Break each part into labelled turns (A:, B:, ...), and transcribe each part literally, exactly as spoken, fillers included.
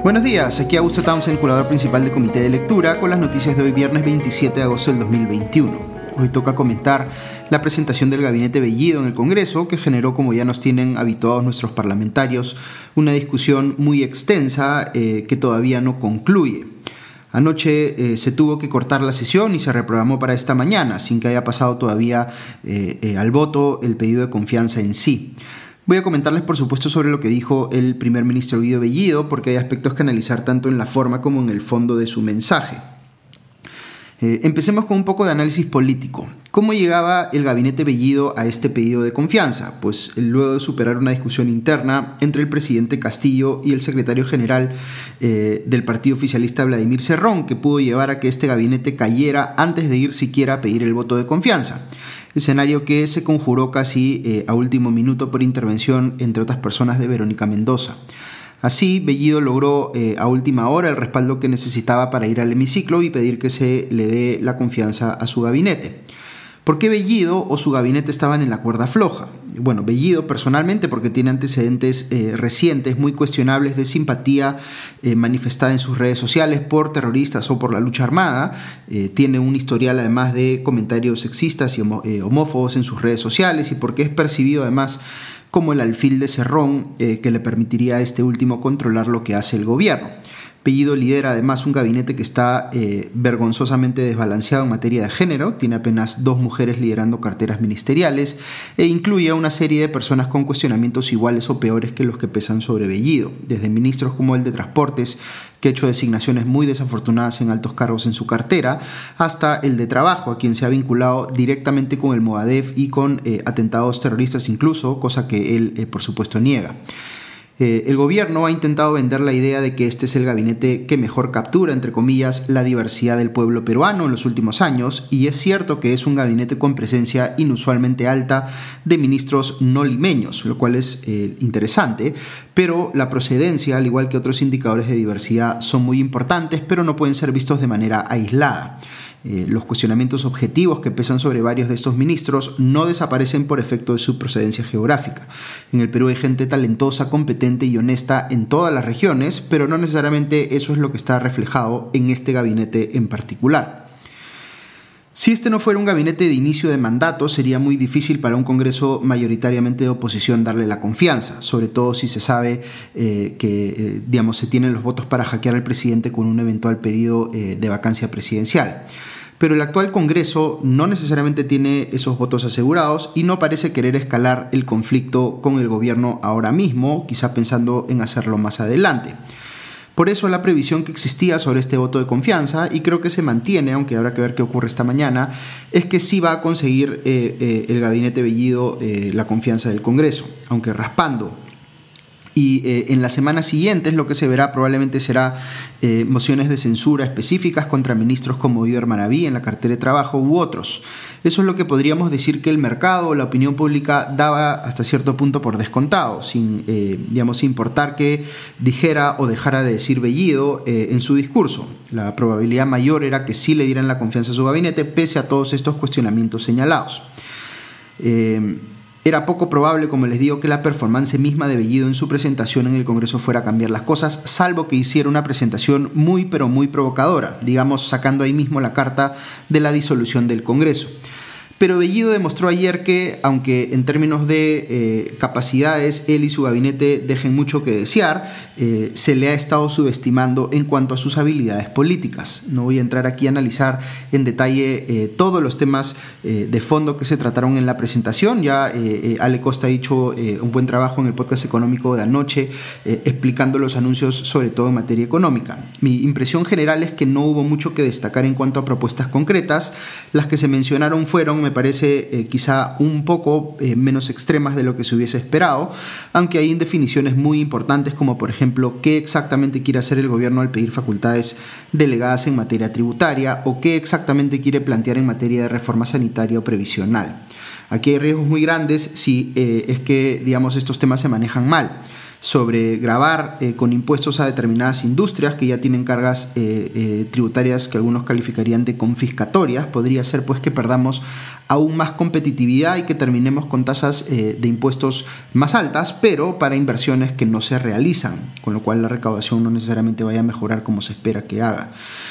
A: Buenos días, aquí Augusto Townsend, curador principal del Comité de Lectura, con las noticias de hoy viernes veintisiete de agosto del dos mil veintiuno. Hoy toca comentar la presentación del gabinete Bellido en el Congreso, que generó, como ya nos tienen habituados nuestros parlamentarios, una discusión muy extensa eh, que todavía no concluye. Anoche eh, se tuvo que cortar la sesión y se reprogramó para esta mañana, sin que haya pasado todavía eh, eh, al voto el pedido de confianza en sí. Voy a comentarles, por supuesto, sobre lo que dijo el primer ministro Guido Bellido, porque hay aspectos que analizar tanto en la forma como en el fondo de su mensaje. Eh, empecemos con un poco de análisis político. ¿Cómo llegaba el gabinete Bellido a este pedido de confianza? Pues luego de superar una discusión interna entre el presidente Castillo y el secretario general eh, del partido oficialista Vladimir Cerrón, que pudo llevar a que este gabinete cayera antes de ir siquiera a pedir el voto de confianza. Escenario que se conjuró casi eh, a último minuto por intervención, entre otras personas, de Verónica Mendoza. Así, Bellido logró eh, a última hora el respaldo que necesitaba para ir al hemiciclo y pedir que se le dé la confianza a su gabinete. ¿Por qué Bellido o su gabinete estaban en la cuerda floja? Bueno, Bellido personalmente porque tiene antecedentes eh, recientes muy cuestionables de simpatía eh, manifestada en sus redes sociales por terroristas o por la lucha armada. Eh, tiene un historial además de comentarios sexistas y homo, eh, homófobos en sus redes sociales y porque es percibido además como el alfil de Cerrón eh, que le permitiría a este último controlar lo que hace el gobierno. Bellido lidera además un gabinete que está eh, vergonzosamente desbalanceado en materia de género, tiene apenas dos mujeres liderando carteras ministeriales e incluye a una serie de personas con cuestionamientos iguales o peores que los que pesan sobre Bellido, desde ministros como el de Transportes, que ha hecho designaciones muy desafortunadas en altos cargos en su cartera, hasta el de Trabajo, a quien se ha vinculado directamente con el Movadef y con eh, atentados terroristas incluso, cosa que él eh, por supuesto niega. Eh, el gobierno ha intentado vender la idea de que este es el gabinete que mejor captura, entre comillas, la diversidad del pueblo peruano en los últimos años, y es cierto que es un gabinete con presencia inusualmente alta de ministros no limeños, lo cual es eh, interesante, pero la procedencia, al igual que otros indicadores de diversidad, son muy importantes, pero no pueden ser vistos de manera aislada. Eh, los cuestionamientos objetivos que pesan sobre varios de estos ministros no desaparecen por efecto de su procedencia geográfica. En el Perú hay gente talentosa, competente y honesta en todas las regiones, pero no necesariamente eso es lo que está reflejado en este gabinete en particular. Si este no fuera un gabinete de inicio de mandato, sería muy difícil para un Congreso mayoritariamente de oposición darle la confianza, sobre todo si se sabe eh, que eh, digamos, se tienen los votos para hackear al presidente con un eventual pedido eh, de vacancia presidencial. Pero el actual Congreso no necesariamente tiene esos votos asegurados y no parece querer escalar el conflicto con el gobierno ahora mismo, quizá pensando en hacerlo más adelante. Por eso la previsión que existía sobre este voto de confianza, y creo que se mantiene, aunque habrá que ver qué ocurre esta mañana, es que sí va a conseguir eh, eh, el gabinete Bellido eh, la confianza del Congreso, aunque raspando. Y eh, en las semanas siguientes lo que se verá probablemente será eh, mociones de censura específicas contra ministros como Iber Maraví en la cartera de Trabajo u otros. Eso es lo que podríamos decir que el mercado o la opinión pública daba hasta cierto punto por descontado, sin, eh, digamos, importar que dijera o dejara de decir Bellido eh, en su discurso. La probabilidad mayor era que sí le dieran la confianza a su gabinete pese a todos estos cuestionamientos señalados. Eh, Era poco probable, como les digo, que la performance misma de Bellido en su presentación en el Congreso fuera a cambiar las cosas, salvo que hiciera una presentación muy pero muy provocadora, digamos sacando ahí mismo la carta de la disolución del Congreso. Pero Bellido demostró ayer que, aunque en términos de eh, capacidades él y su gabinete dejen mucho que desear, eh, se le ha estado subestimando en cuanto a sus habilidades políticas. No voy a entrar aquí a analizar en detalle eh, todos los temas eh, de fondo que se trataron en la presentación. Ya eh, eh, Ale Costa ha hecho eh, un buen trabajo en el podcast económico de anoche eh, explicando los anuncios, sobre todo en materia económica. Mi impresión general es que no hubo mucho que destacar en cuanto a propuestas concretas. Las que se mencionaron fueron, me parece eh, quizá un poco eh, menos extremas de lo que se hubiese esperado, aunque hay indefiniciones muy importantes como por ejemplo qué exactamente quiere hacer el gobierno al pedir facultades delegadas en materia tributaria o qué exactamente quiere plantear en materia de reforma sanitaria o previsional. Aquí hay riesgos muy grandes si eh, es que digamos, estos temas se manejan mal. sobre gravar eh, con impuestos a determinadas industrias que ya tienen cargas eh, eh, tributarias que algunos calificarían de confiscatorias. Podría ser pues que perdamos aún más competitividad y que terminemos con tasas eh, de impuestos más altas, pero para inversiones que no se realizan, con lo cual la recaudación no necesariamente vaya a mejorar como se espera que haga.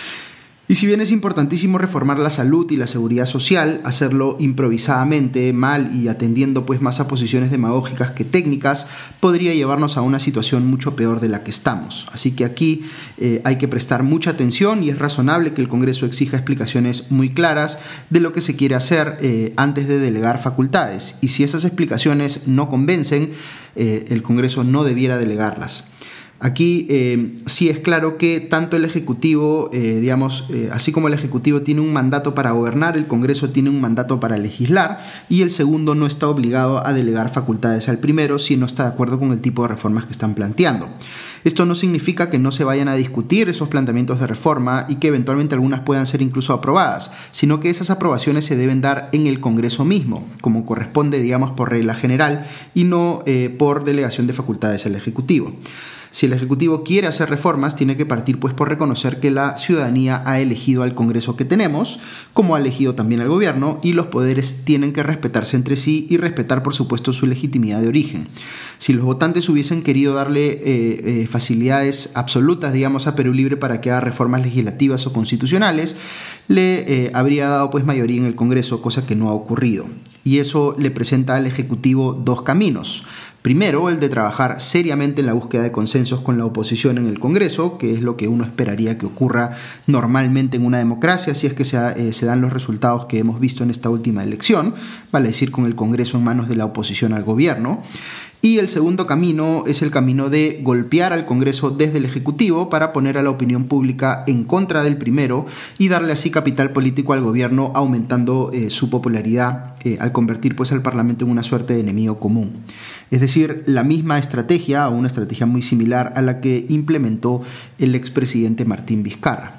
A: Y si bien es importantísimo reformar la salud y la seguridad social, hacerlo improvisadamente, mal y atendiendo pues más a posiciones demagógicas que técnicas, podría llevarnos a una situación mucho peor de la que estamos. Así que aquí eh, hay que prestar mucha atención y es razonable que el Congreso exija explicaciones muy claras de lo que se quiere hacer eh, antes de delegar facultades. Y si esas explicaciones no convencen, eh, el Congreso no debiera delegarlas. Aquí eh, sí es claro que tanto el Ejecutivo, eh, digamos, eh, así como el Ejecutivo tiene un mandato para gobernar, el Congreso tiene un mandato para legislar y el segundo no está obligado a delegar facultades al primero si no está de acuerdo con el tipo de reformas que están planteando. Esto no significa que no se vayan a discutir esos planteamientos de reforma y que eventualmente algunas puedan ser incluso aprobadas, sino que esas aprobaciones se deben dar en el Congreso mismo, como corresponde, digamos, por regla general y no eh, por delegación de facultades al Ejecutivo. Si el Ejecutivo quiere hacer reformas, tiene que partir pues por reconocer que la ciudadanía ha elegido al Congreso que tenemos, como ha elegido también al gobierno, y los poderes tienen que respetarse entre sí y respetar, por supuesto, su legitimidad de origen. Si los votantes hubiesen querido darle eh, eh, facilidades absolutas, digamos, a Perú Libre para que haga reformas legislativas o constitucionales, le eh, habría dado pues mayoría en el Congreso, cosa que no ha ocurrido. Y eso le presenta al Ejecutivo dos caminos. Primero, el de trabajar seriamente en la búsqueda de consensos con la oposición en el Congreso, que es lo que uno esperaría que ocurra normalmente en una democracia, si es que se, eh, se dan los resultados que hemos visto en esta última elección, vale decir, con el Congreso en manos de la oposición al gobierno. Y el segundo camino es el camino de golpear al Congreso desde el Ejecutivo para poner a la opinión pública en contra del primero y darle así capital político al gobierno, aumentando eh, su popularidad eh, al convertir pues al Parlamento en una suerte de enemigo común. Es decir, la misma estrategia o una estrategia muy similar a la que implementó el expresidente Martín Vizcarra.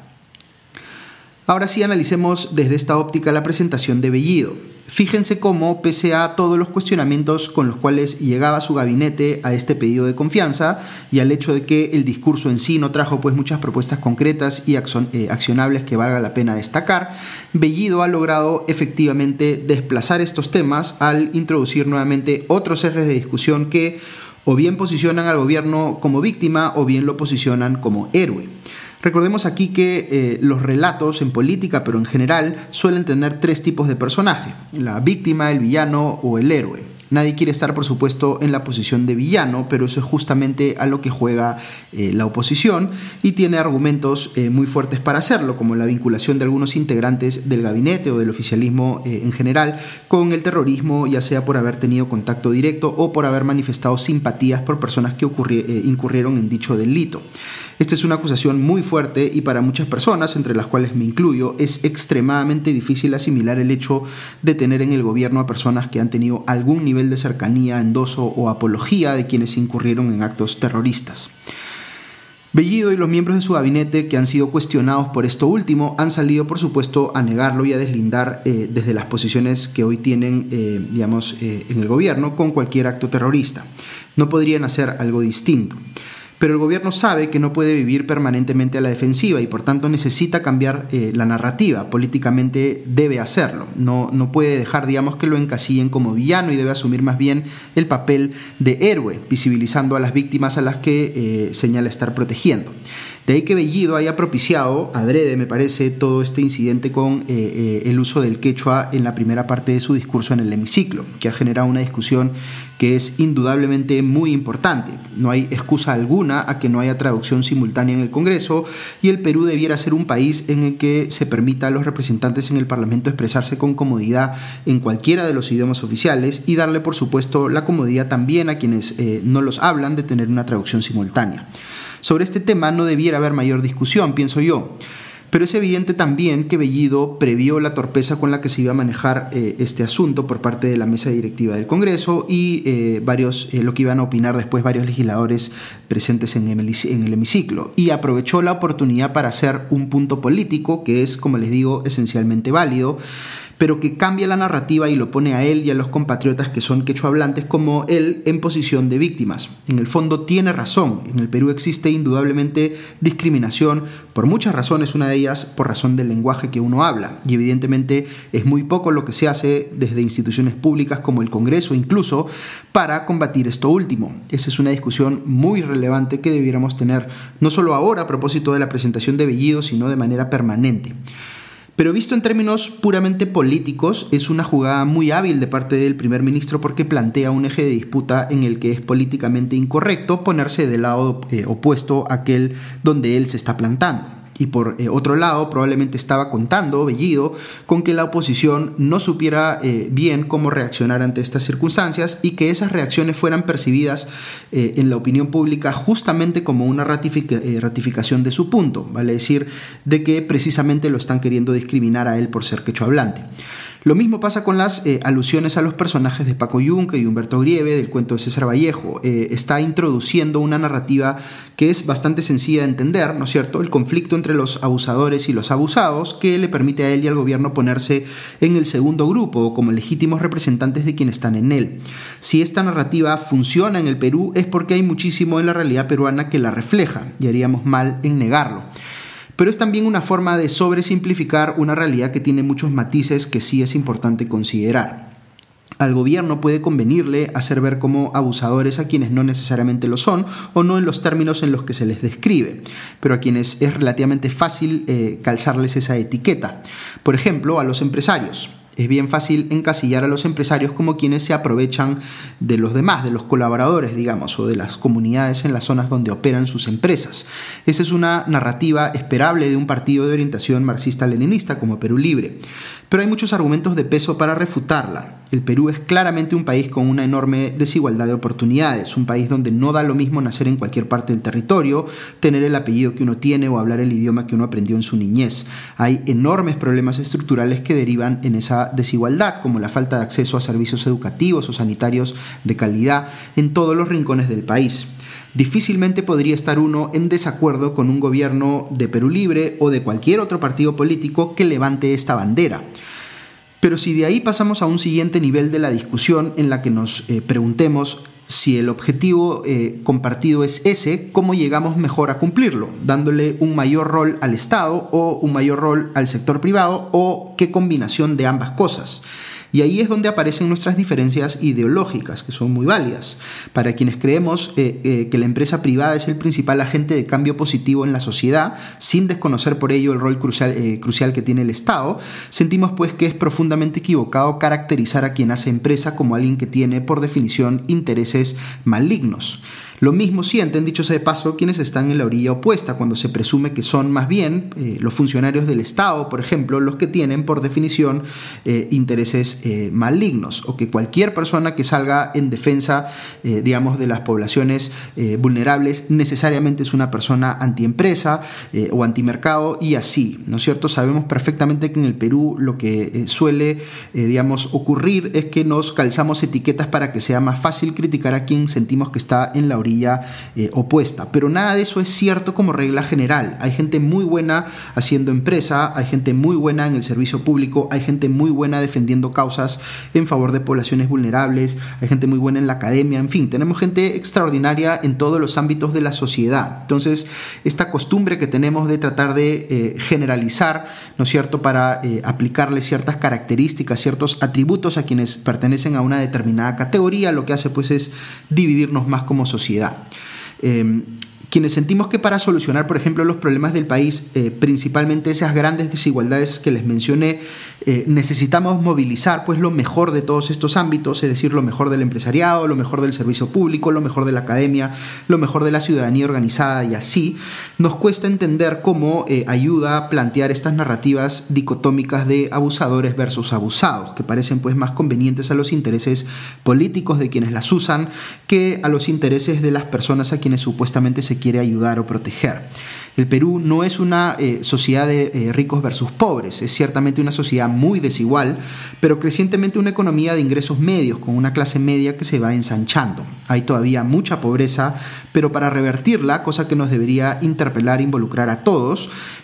A: Ahora sí analicemos desde esta óptica la presentación de Bellido. Fíjense cómo, pese a todos los cuestionamientos con los cuales llegaba su gabinete a este pedido de confianza y al hecho de que el discurso en sí no trajo pues muchas propuestas concretas y accionables que valga la pena destacar, Bellido ha logrado efectivamente desplazar estos temas al introducir nuevamente otros ejes de discusión que o bien posicionan al gobierno como víctima o bien lo posicionan como héroe. Recordemos aquí que eh, los relatos en política, pero en general, suelen tener tres tipos de personaje: la víctima, el villano o el héroe. Nadie quiere estar, por supuesto, en la posición de villano, pero eso es justamente a lo que juega eh, la oposición y tiene argumentos eh, muy fuertes para hacerlo, como la vinculación de algunos integrantes del gabinete o del oficialismo eh, en general con el terrorismo, ya sea por haber tenido contacto directo o por haber manifestado simpatías por personas que ocurri- eh, incurrieron en dicho delito. Esta es una acusación muy fuerte y para muchas personas, entre las cuales me incluyo, es extremadamente difícil asimilar el hecho de tener en el gobierno a personas que han tenido algún nivel de cercanía, endoso o apología de quienes incurrieron en actos terroristas. Bellido y los miembros de su gabinete que han sido cuestionados por esto último han salido, por supuesto, a negarlo y a deslindar eh, desde las posiciones que hoy tienen, eh, digamos, eh, en el gobierno con cualquier acto terrorista. No podrían hacer algo distinto. Pero el gobierno sabe que no puede vivir permanentemente a la defensiva y por tanto necesita cambiar eh, la narrativa. Políticamente debe hacerlo. No, no puede dejar, digamos, que lo encasillen como villano y debe asumir más bien el papel de héroe, visibilizando a las víctimas a las que eh, señala estar protegiendo. De ahí que Bellido haya propiciado, adrede me parece, todo este incidente con eh, eh, el uso del quechua en la primera parte de su discurso en el hemiciclo, que ha generado una discusión que es indudablemente muy importante. No hay excusa alguna a que no haya traducción simultánea en el Congreso y el Perú debiera ser un país en el que se permita a los representantes en el Parlamento expresarse con comodidad en cualquiera de los idiomas oficiales y darle, por supuesto, la comodidad también a quienes eh, no los hablan de tener una traducción simultánea. Sobre este tema no debiera haber mayor discusión, pienso yo. Pero es evidente también que Bellido previó la torpeza con la que se iba a manejar eh, este asunto por parte de la mesa directiva del Congreso y eh, varios, eh, lo que iban a opinar después varios legisladores presentes en el, en el hemiciclo. Y aprovechó la oportunidad para hacer un punto político que es, como les digo, esencialmente válido, pero que cambia la narrativa y lo pone a él y a los compatriotas que son quechohablantes como él en posición de víctimas. En el fondo tiene razón, en el Perú existe indudablemente discriminación por muchas razones, una de ellas por razón del lenguaje que uno habla, y evidentemente es muy poco lo que se hace desde instituciones públicas como el Congreso incluso para combatir esto último. Esa es una discusión muy relevante que debiéramos tener no solo ahora a propósito de la presentación de Bellido, sino de manera permanente. Pero visto en términos puramente políticos, es una jugada muy hábil de parte del primer ministro porque plantea un eje de disputa en el que es políticamente incorrecto ponerse del lado eh, opuesto a aquel donde él se está plantando. Y por eh, otro lado, probablemente estaba contando, Bellido, con que la oposición no supiera eh, bien cómo reaccionar ante estas circunstancias y que esas reacciones fueran percibidas eh, en la opinión pública justamente como una ratific- eh, ratificación de su punto, vale decir, de que precisamente lo están queriendo discriminar a él por ser quechohablante. Lo mismo pasa con las eh, alusiones a los personajes de Paco Yunque y Humberto Grieve del cuento de César Vallejo. Eh, está introduciendo una narrativa que es bastante sencilla de entender, ¿no es cierto? El conflicto entre los abusadores y los abusados, que le permite a él y al gobierno ponerse en el segundo grupo como legítimos representantes de quienes están en él. Si esta narrativa funciona en el Perú es porque hay muchísimo en la realidad peruana que la refleja y haríamos mal en negarlo. Pero es también una forma de sobresimplificar una realidad que tiene muchos matices que sí es importante considerar. Al gobierno puede convenirle hacer ver como abusadores a quienes no necesariamente lo son o no en los términos en los que se les describe, pero a quienes es relativamente fácil eh, calzarles esa etiqueta. Por ejemplo, a los empresarios. Es bien fácil encasillar a los empresarios como quienes se aprovechan de los demás, de los colaboradores, digamos, o de las comunidades en las zonas donde operan sus empresas. Esa es una narrativa esperable de un partido de orientación marxista-leninista como Perú Libre. Pero hay muchos argumentos de peso para refutarla. El Perú es claramente un país con una enorme desigualdad de oportunidades, un país donde no da lo mismo nacer en cualquier parte del territorio, tener el apellido que uno tiene o hablar el idioma que uno aprendió en su niñez. Hay enormes problemas estructurales que derivan en esa desigualdad, como la falta de acceso a servicios educativos o sanitarios de calidad en todos los rincones del país. Difícilmente podría estar uno en desacuerdo con un gobierno de Perú Libre o de cualquier otro partido político que levante esta bandera. Pero si de ahí pasamos a un siguiente nivel de la discusión en la que nos eh, preguntemos si el objetivo eh, compartido es ese, ¿cómo llegamos mejor a cumplirlo? ¿Dándole un mayor rol al Estado o un mayor rol al sector privado o qué combinación de ambas cosas? Y ahí es donde aparecen nuestras diferencias ideológicas, que son muy válidas. Para quienes creemos eh, eh, que la empresa privada es el principal agente de cambio positivo en la sociedad, sin desconocer por ello el rol crucial, eh, crucial que tiene el Estado, sentimos pues que es profundamente equivocado caracterizar a quien hace empresa como alguien que tiene, por definición, intereses malignos. Lo mismo sienten, dicho sea de paso, quienes están en la orilla opuesta, cuando se presume que son más bien eh, los funcionarios del Estado, por ejemplo, los que tienen, por definición, eh, intereses eh, malignos, o que cualquier persona que salga en defensa, eh, digamos, de las poblaciones eh, vulnerables, necesariamente es una persona antiempresa eh, o antimercado, y así, ¿no es cierto? Sabemos perfectamente que en el Perú lo que eh, suele, eh, digamos, ocurrir es que nos calzamos etiquetas para que sea más fácil criticar a quien sentimos que está en la orilla Eh, opuesta, pero nada de eso es cierto como regla general. Hay gente muy buena haciendo empresa, hay gente muy buena en el servicio público, hay gente muy buena defendiendo causas en favor de poblaciones vulnerables, hay gente muy buena en la academia, en fin, tenemos gente extraordinaria en todos los ámbitos de la sociedad. Entonces, esta costumbre que tenemos de tratar de eh, generalizar, ¿no es cierto?, para eh, aplicarle ciertas características, ciertos atributos a quienes pertenecen a una determinada categoría, lo que hace pues es dividirnos más como sociedad. Eh, quienes sentimos que para solucionar, por ejemplo, los problemas del país, eh, principalmente esas grandes desigualdades que les mencioné, eh, necesitamos movilizar pues lo mejor de todos estos ámbitos, es decir, lo mejor del empresariado, lo mejor del servicio público, lo mejor de la academia, lo mejor de la ciudadanía organizada, y así nos cuesta entender cómo eh, ayuda a plantear estas narrativas dicotómicas de abusadores versus abusados, que parecen pues más convenientes a los intereses políticos de quienes las usan que a los intereses de las personas a quienes supuestamente se quiere ayudar o proteger. El Perú no es una eh, sociedad de eh, ricos versus pobres, es ciertamente una sociedad muy desigual, pero crecientemente una economía de ingresos medios, con una clase media que se va ensanchando. Hay todavía mucha pobreza, pero para revertirla, cosa que nos debería interpelar e involucrar a todos,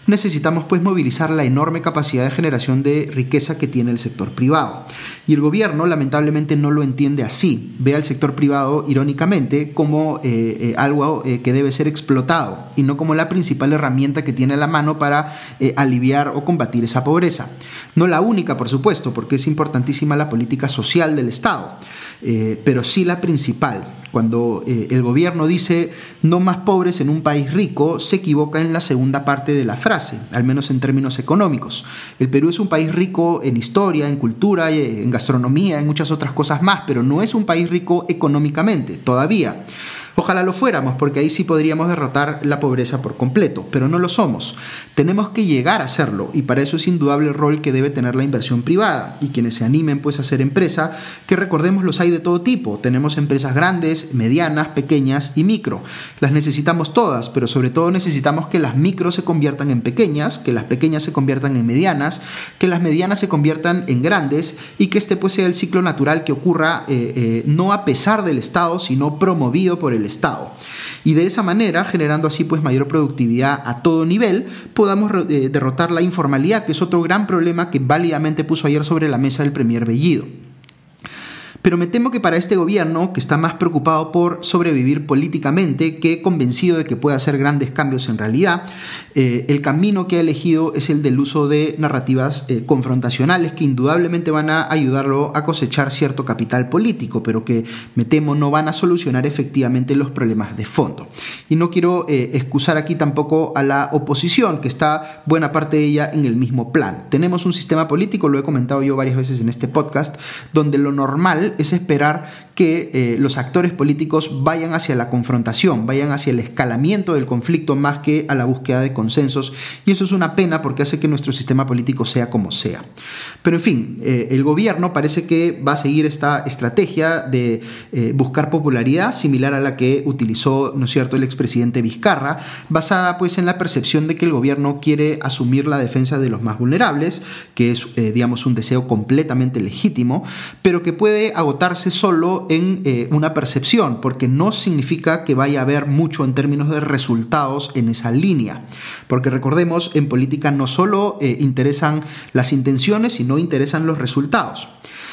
A: necesitamos pues movilizar la enorme capacidad de generación de riqueza que tiene el sector privado. Y el gobierno lamentablemente no lo entiende así. Ve al sector privado irónicamente como eh, eh, algo eh, que debe ser explotado y no como la principal herramienta que tiene a la mano para eh, aliviar o combatir esa pobreza. No la única, por supuesto, porque es importantísima la política social del Estado, eh, pero sí la principal. Cuando eh, el gobierno dice no más pobres en un país rico, se equivoca en la segunda parte de la frase, al menos en términos económicos. El Perú es un país rico en historia, en cultura, en gastronomía, en muchas otras cosas más, pero no es un país rico económicamente, todavía. Ojalá lo fuéramos, porque ahí sí podríamos derrotar la pobreza por completo, pero no lo somos. Tenemos que llegar a hacerlo, y para eso es indudable el rol que debe tener la inversión privada, y quienes se animen pues a hacer empresa, que recordemos los hay de todo tipo. Tenemos empresas grandes, medianas, pequeñas y micro. Las necesitamos todas, pero sobre todo necesitamos que las micro se conviertan en pequeñas, que las pequeñas se conviertan en medianas, que las medianas se conviertan en grandes, y que este pues sea el ciclo natural que ocurra eh, eh, no a pesar del Estado, sino promovido por el Estado. Y de esa manera, generando así pues mayor productividad a todo nivel, podamos eh, derrotar la informalidad, que es otro gran problema que válidamente puso ayer sobre la mesa el premier Bellido. Pero me temo que para este gobierno, que está más preocupado por sobrevivir políticamente que convencido de que puede hacer grandes cambios en realidad, eh, el camino que ha elegido es el del uso de narrativas eh, confrontacionales que indudablemente van a ayudarlo a cosechar cierto capital político, pero que me temo no van a solucionar efectivamente los problemas de fondo. Y no quiero eh, excusar aquí tampoco a la oposición, que está buena parte de ella en el mismo plan. Tenemos un sistema político, lo he comentado yo varias veces en este podcast, donde lo normal es esperar que eh, los actores políticos vayan hacia la confrontación, vayan hacia el escalamiento del conflicto más que a la búsqueda de consensos, y eso es una pena porque hace que nuestro sistema político sea como sea. Pero en fin, eh, el gobierno parece que va a seguir esta estrategia de eh, buscar popularidad similar a la que utilizó, ¿no es cierto?, el expresidente Vizcarra, basada pues en la percepción de que el gobierno quiere asumir la defensa de los más vulnerables, que es eh, digamos un deseo completamente legítimo, pero que puede agotarse solo en eh, una percepción, porque no significa que vaya a haber mucho en términos de resultados en esa línea. Porque recordemos, en política no solo eh, interesan las intenciones, sino interesan los resultados.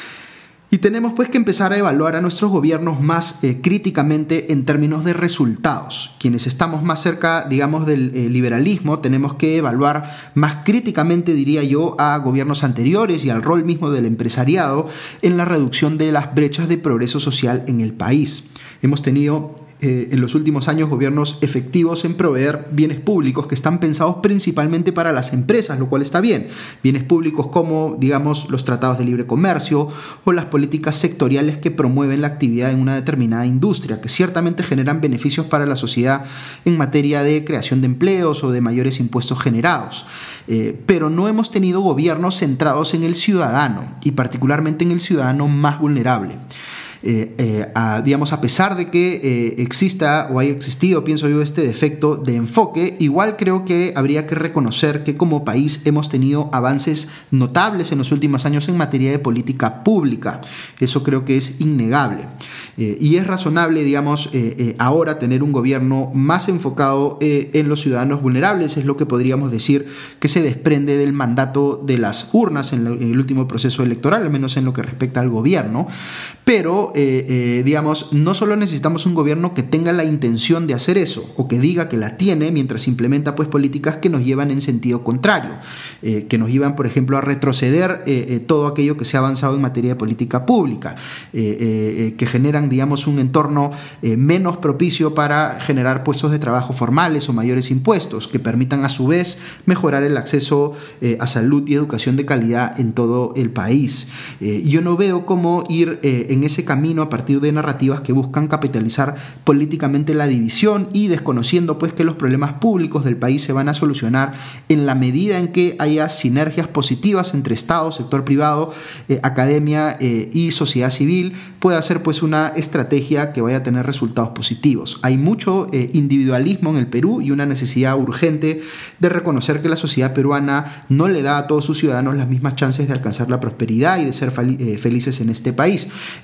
A: Y tenemos pues que empezar a evaluar a nuestros gobiernos más eh, críticamente en términos de resultados. Quienes estamos más cerca, digamos, del eh, liberalismo, tenemos que evaluar más críticamente, diría yo, a gobiernos anteriores y al rol mismo del empresariado en la reducción de las brechas de progreso social en el país. Hemos tenido Eh, en los últimos años gobiernos efectivos en proveer bienes públicos que están pensados principalmente para las empresas, lo cual está bien. Bienes públicos como, digamos, los tratados de libre comercio o las políticas sectoriales que promueven la actividad en una determinada industria, que ciertamente generan beneficios para la sociedad en materia de creación de empleos o de mayores impuestos generados. Eh, pero no hemos tenido gobiernos centrados en el ciudadano y particularmente en el ciudadano más vulnerable. Eh, eh, a, digamos, a pesar de que eh, exista o haya existido, pienso yo, este defecto de enfoque, igual creo que habría que reconocer que como país hemos tenido avances notables en los últimos años en materia de política pública. Eso creo que es innegable. Eh, y es razonable, digamos, eh, eh, ahora tener un gobierno más enfocado eh, en los ciudadanos vulnerables, es lo que podríamos decir que se desprende del mandato de las urnas en, lo, en el último proceso electoral, al menos en lo que respecta al gobierno. Pero, eh, eh, digamos, no solo necesitamos un gobierno que tenga la intención de hacer eso, o que diga que la tiene mientras implementa pues políticas que nos llevan en sentido contrario, eh, que nos llevan, por ejemplo, a retroceder eh, eh, todo aquello que se ha avanzado en materia de política pública, eh, eh, que generan, digamos, un entorno eh, menos propicio para generar puestos de trabajo formales o mayores impuestos, que permitan a su vez mejorar el acceso eh, a salud y educación de calidad en todo el país. Eh, yo no veo cómo ir eh, en ese camino a partir de narrativas que buscan capitalizar políticamente la división y desconociendo pues que los problemas públicos del país se van a solucionar en la medida en que haya sinergias positivas entre Estado, sector privado, eh, academia eh, y sociedad civil, pueda ser pues una estrategia que vaya a tener resultados positivos. Hay mucho eh, individualismo en el Perú y una necesidad urgente de reconocer que la sociedad peruana no le da a todos sus ciudadanos las mismas chances de alcanzar la prosperidad y de ser fel- eh, felices en este país. Eso debe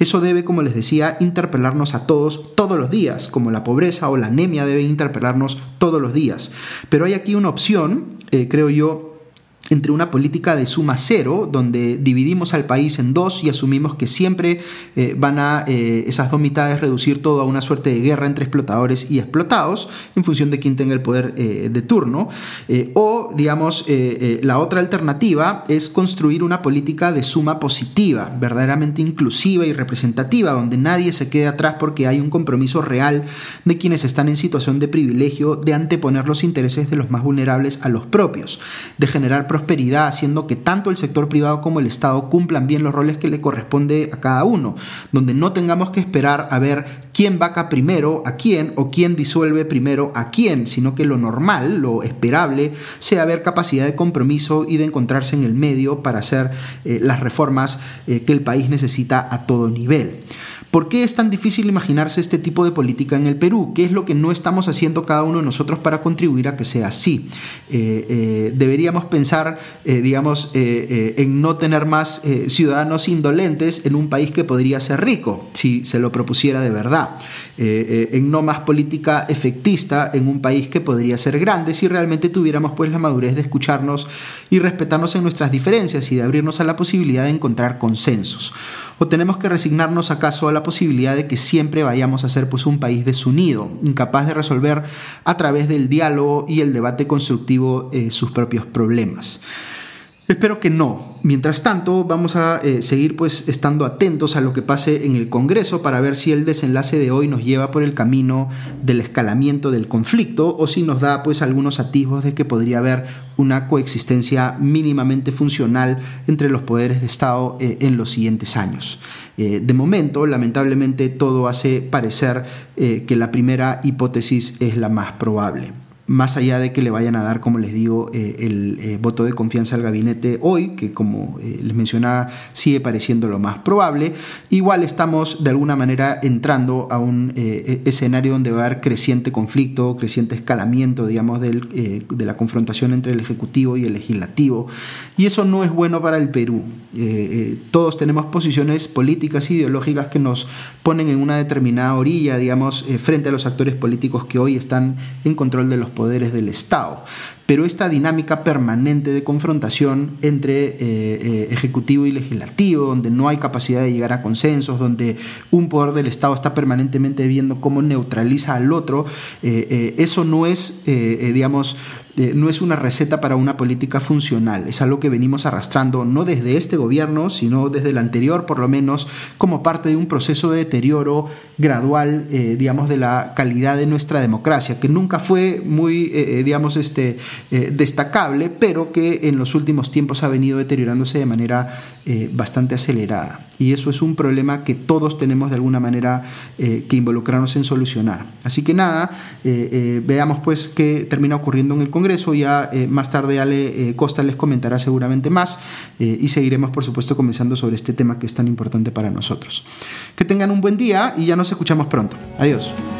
A: debe, como les decía, interpelarnos a todos todos los días, como la pobreza o la anemia deben interpelarnos todos los días. Pero hay aquí una opción, eh, creo yo, entre una política de suma cero, donde dividimos al país en dos y asumimos que siempre eh, van a eh, esas dos mitades reducir todo a una suerte de guerra entre explotadores y explotados en función de quién tenga el poder eh, de turno, eh, o digamos eh, eh, la otra alternativa es construir una política de suma positiva, verdaderamente inclusiva y representativa, donde nadie se quede atrás porque hay un compromiso real de quienes están en situación de privilegio de anteponer los intereses de los más vulnerables a los propios, de generar prosperidad, haciendo que tanto el sector privado como el Estado cumplan bien los roles que le corresponde a cada uno, donde no tengamos que esperar a ver quién vaca primero a quién o quién disuelve primero a quién, sino que lo normal, lo esperable, sea haber capacidad de compromiso y de encontrarse en el medio para hacer eh, las reformas eh, que el país necesita a todo nivel. ¿Por qué es tan difícil imaginarse este tipo de política en el Perú? ¿Qué es lo que no estamos haciendo cada uno de nosotros para contribuir a que sea así? Eh, eh, deberíamos pensar, eh, digamos, eh, eh, en no tener más eh, ciudadanos indolentes en un país que podría ser rico, si se lo propusiera de verdad. Eh, eh, en no más política efectista en un país que podría ser grande si realmente tuviéramos pues la madurez de escucharnos y respetarnos en nuestras diferencias y de abrirnos a la posibilidad de encontrar consensos. ¿O tenemos que resignarnos acaso a la posibilidad de que siempre vayamos a ser pues un país desunido, incapaz de resolver a través del diálogo y el debate constructivo eh, sus propios problemas? Espero que no. Mientras tanto, vamos a eh, seguir pues estando atentos a lo que pase en el Congreso para ver si el desenlace de hoy nos lleva por el camino del escalamiento del conflicto o si nos da pues algunos atisbos de que podría haber una coexistencia mínimamente funcional entre los poderes de Estado eh, en los siguientes años. Eh, de momento, lamentablemente, todo hace parecer eh, que la primera hipótesis es la más probable. Más allá de que le vayan a dar, como les digo, eh, el eh, voto de confianza al gabinete hoy, que como eh, les mencionaba, sigue pareciendo lo más probable, igual estamos de alguna manera entrando a un eh, escenario donde va a haber creciente conflicto, creciente escalamiento, digamos, del, eh, de la confrontación entre el Ejecutivo y el Legislativo, y eso no es bueno para el Perú. Eh, eh, todos tenemos posiciones políticas e ideológicas que nos ponen en una determinada orilla, digamos, eh, frente a los actores políticos que hoy están en control de los poderes del Estado. Pero esta dinámica permanente de confrontación entre eh, eh, ejecutivo y legislativo, donde no hay capacidad de llegar a consensos, donde un poder del Estado está permanentemente viendo cómo neutraliza al otro, eh, eh, eso no es, eh, eh, digamos, Eh, no es una receta para una política funcional, es algo que venimos arrastrando no desde este gobierno, sino desde el anterior, por lo menos como parte de un proceso de deterioro gradual, eh, digamos, de la calidad de nuestra democracia, que nunca fue muy, eh, digamos, este, eh, destacable, pero que en los últimos tiempos ha venido deteriorándose de manera eh, bastante acelerada. Y eso es un problema que todos tenemos de alguna manera eh, que involucrarnos en solucionar. Así que nada, eh, eh, veamos pues qué termina ocurriendo en el Congreso. Ya eh, más tarde Ale eh, Costa les comentará seguramente más eh, y seguiremos por supuesto conversando sobre este tema que es tan importante para nosotros. Que tengan un buen día y ya nos escuchamos pronto. Adiós.